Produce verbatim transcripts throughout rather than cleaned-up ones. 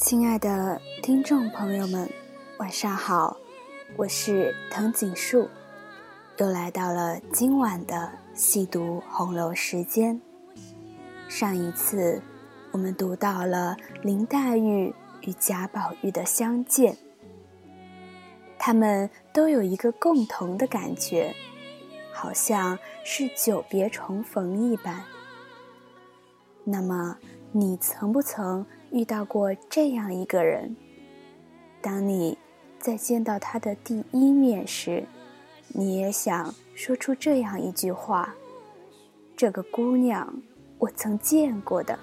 亲爱的听众朋友们，晚上好，我是藤井树，又来到了今晚的细读红楼时间。上一次我们读到了林黛玉与贾宝玉的相见，他们都有一个共同的感觉，好像是久别重逢一般。那么你曾不曾遇到过这样一个人，当你在见到他的第一面时，你也想说出这样一句话：这个姑娘我曾见过的。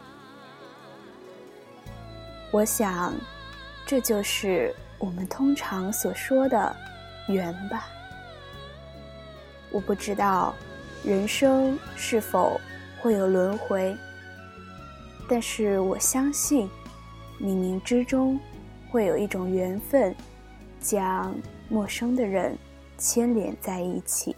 我想这就是我们通常所说的缘吧。我不知道人生是否会有轮回，但是我相信冥冥之中会有一种缘分将陌生的人牵连在一起。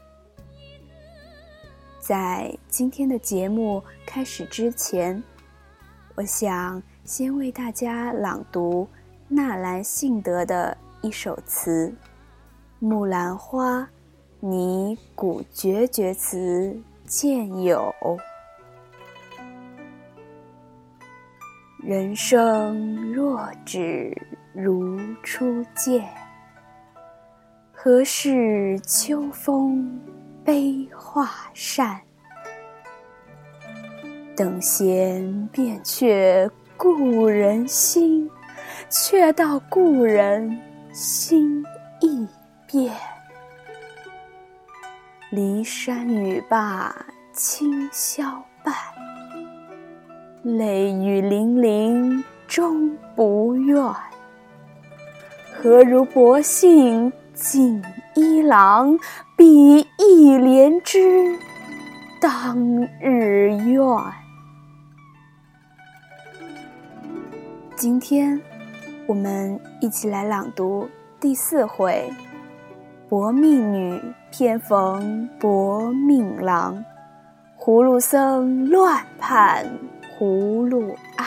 在今天的节目开始之前，我想先为大家朗读纳兰性德的一首词：木兰花，你古绝绝词见有。人生若只如初见，何事秋风悲画扇。等闲变却故人心，却道故人心易变。骊山语罢清宵半，泪雨霖铃终不怨。何如薄幸锦衣郎，比翼连枝当日愿。今天我们一起来朗读第四回：薄命女偏逢薄命郎，葫芦僧乱判葫芦爱。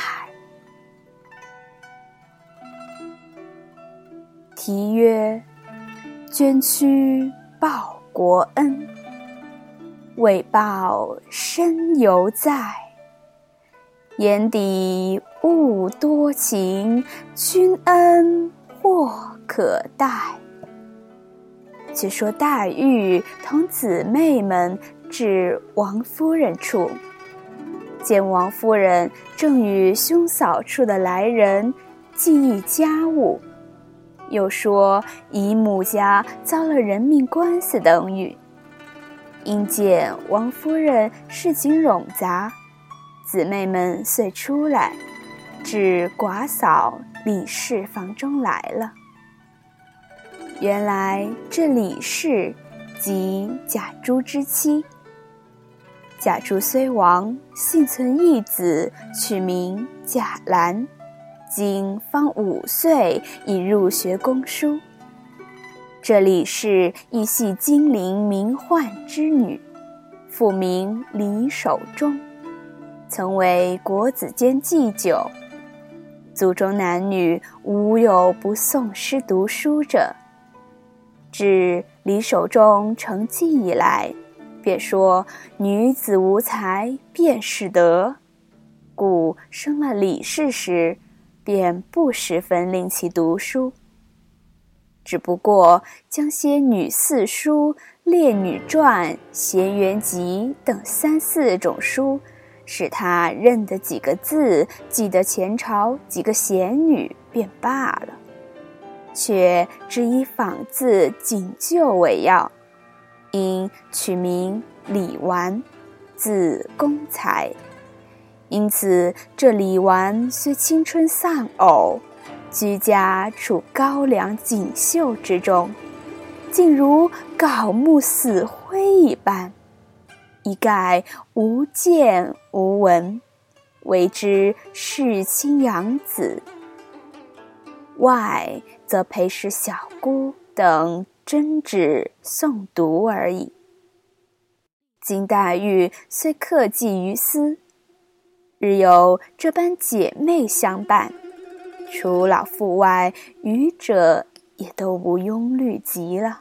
题曰：捐躯报国恩，为报身犹在。眼底勿多情，君恩或可待。却说黛玉同姊妹们至王夫人处，见王夫人正与兄嫂处的来人计议家务，又说姨母家遭了人命官司等语。因见王夫人事情冗杂，姊妹们遂出来，至寡嫂李氏房中来了。原来这李氏即贾珠之妻。贾珠虽亡，幸存一子，取名贾兰，今方五岁，已入学攻书。这李氏亦系金陵名宦之女，父名李守忠，曾为国子监祭酒，族中男女无有不诵诗读书者。至李守忠成继以来，便说女子无才便是德，故生了李氏时便不十分令其读书，只不过将些女四书、烈女传、闲园集等三四种书，使他认得几个字，记得前朝几个贤女便罢了，却只以仿字谨就为要，因取名李纨，字公才。因此这李纨虽青春丧偶，居家处高粱锦绣之中，竟如槁木死灰一般，一概无见无闻，为之世亲养子。外则陪侍小姑等针指诵读而已。金黛玉虽克己于斯，日有这般姐妹相伴， 除老妇外，愚者也都无庸虑及了。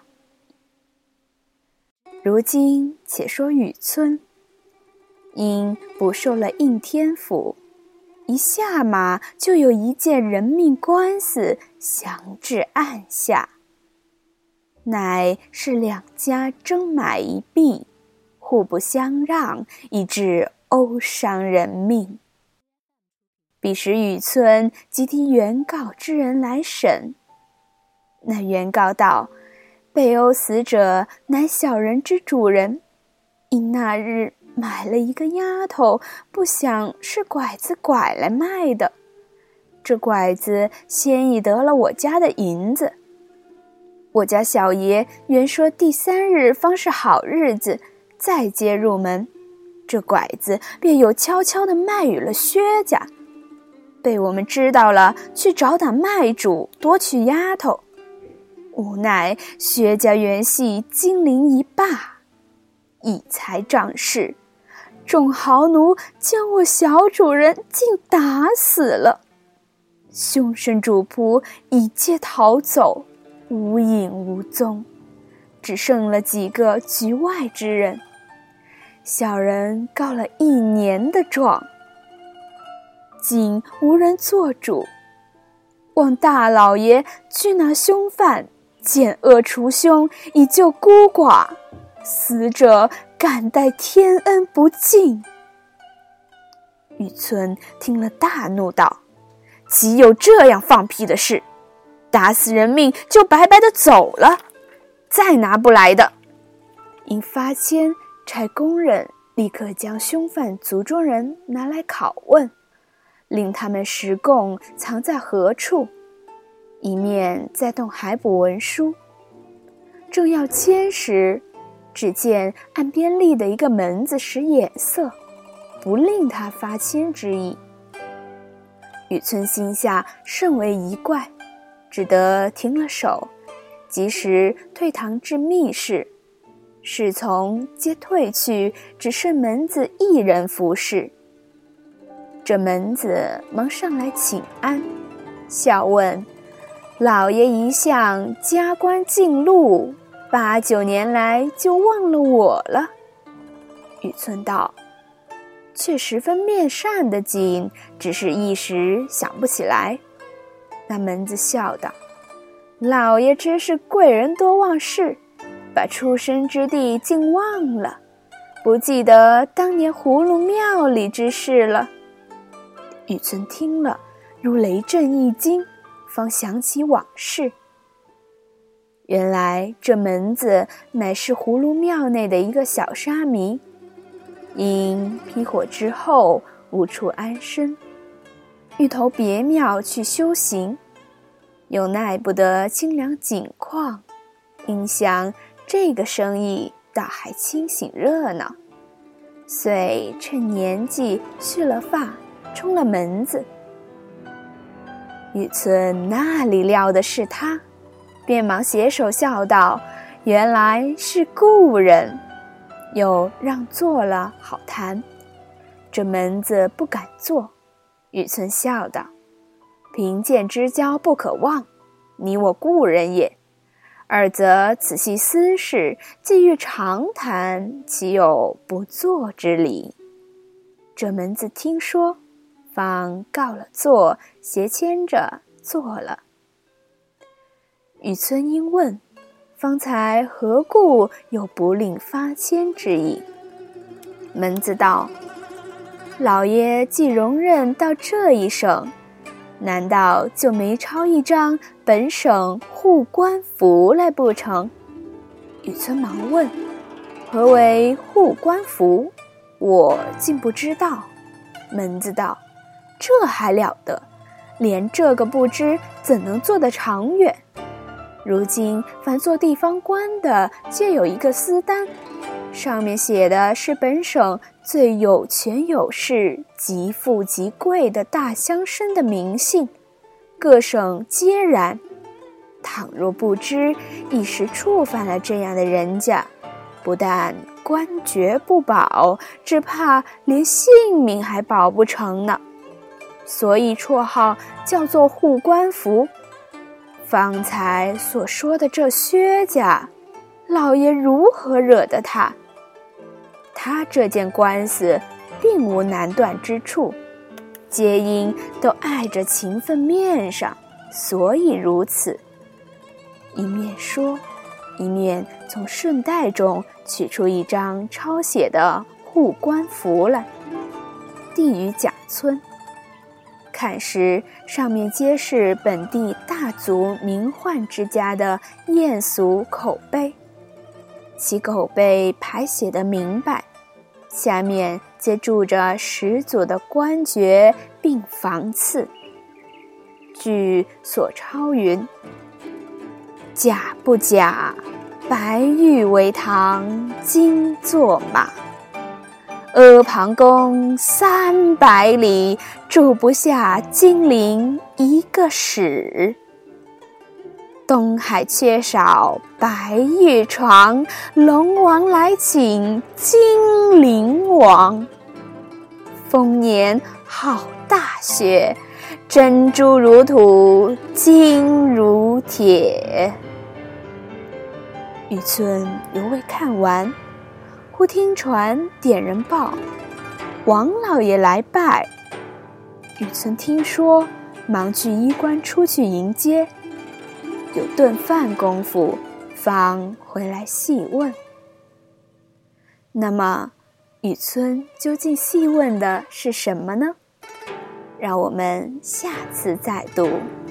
如今且说雨村，因捕受了应天府，一下马就有一件人命官司详至案下，乃是两家争买一币，互不相让，以致殴伤人命。彼时雨村即提原告之人来审，那原告道，被殴死者乃小人之主人，因那日买了一个丫头，不想是拐子拐来卖的，这拐子先已得了我家的银子。我家小爷原说第三日方是好日子，再接入门，这拐子便有悄悄地卖与了薛家，被我们知道了，去找打卖主夺取丫头。无奈薛家原系金陵一霸，以财仗势，众豪奴将我小主人竟打死了，凶身主仆已皆逃走，无影无踪，只剩了几个局外之人。小人告了一年的状，竟无人做主，望大老爷拘拿凶犯，减恶除凶，以救孤寡，死者感戴天恩不尽。雨村听了大怒道，岂有这样放屁的事？打死人命就白白的走了，再拿不来的。因发签差工人立刻将凶犯族中人拿来拷问，令他们实供藏在何处，一面再动海捕文书。正要签时，只见岸边立的一个门子使眼色，不令他发签之意。雨村心下甚为疑怪，只得停了手，及时退堂至密室，侍从皆退去，只剩门子一人服侍。这门子忙上来请安，笑问，老爷一向加官进禄，八九年来就忘了我了。雨村道，却十分面善的紧，只是一时想不起来。那门子笑道，老爷知是贵人多忘事，把出生之地竟忘了，不记得当年葫芦庙里之事了。雨村听了如雷震一惊，方想起往事。原来这门子乃是葫芦庙内的一个小沙弥，因劈火之后无处安身，欲投别庙去修行，又耐不得清凉景况，因想这个生意倒还清醒热闹，遂趁年纪蓄了发，充了门子。雨村那里料的是他，便忙携手笑道，原来是故人，又让坐了好谈。这门子不敢坐，雨村笑道，贫贱之交不可忘，你我故人也，二则此系私事，既欲长谈，岂有不坐之理？这门子听说，方告了座，携牵着坐了。雨村因问，方才何故有不令发签之意？门子道，老爷既容忍到这一省，难道就没抄一张本省护官符来不成？雨村忙问，何为护官符？我竟不知道。门子道，这还了得，连这个不知，怎能做得长远？如今凡做地方官的，皆有一个私单，上面写的是本省最有权有势、极富极贵的大乡绅的名姓，各省皆然。倘若不知，一时触犯了这样的人家，不但官爵不保，只怕连性命还保不成呢。 所以绰号叫做护官符。方才所说的这薛家，老爷如何惹得他？他这件官司并无难断之处，皆因都碍着情分面上，所以如此。一面说，一面从顺带中取出一张抄写的护官符来，递与贾村。看时，上面皆是本地大族名宦之家的艳俗口碑，其口碑排写得明白，下面皆注着十组的官爵并房次。据所抄云：假不假，白玉为堂，金作马。阿房宫三百里，住不下金陵一个史。东海缺少白玉床，龙王来请金陵王。丰年好大雪，珍珠如土，金如铁。雨村犹未看完，忽听传点人报，王老爷来拜。雨村听说，忙去衣冠出去迎接，有顿饭功夫，方回来细问。那么雨村究竟细问的是什么呢？让我们下次再读。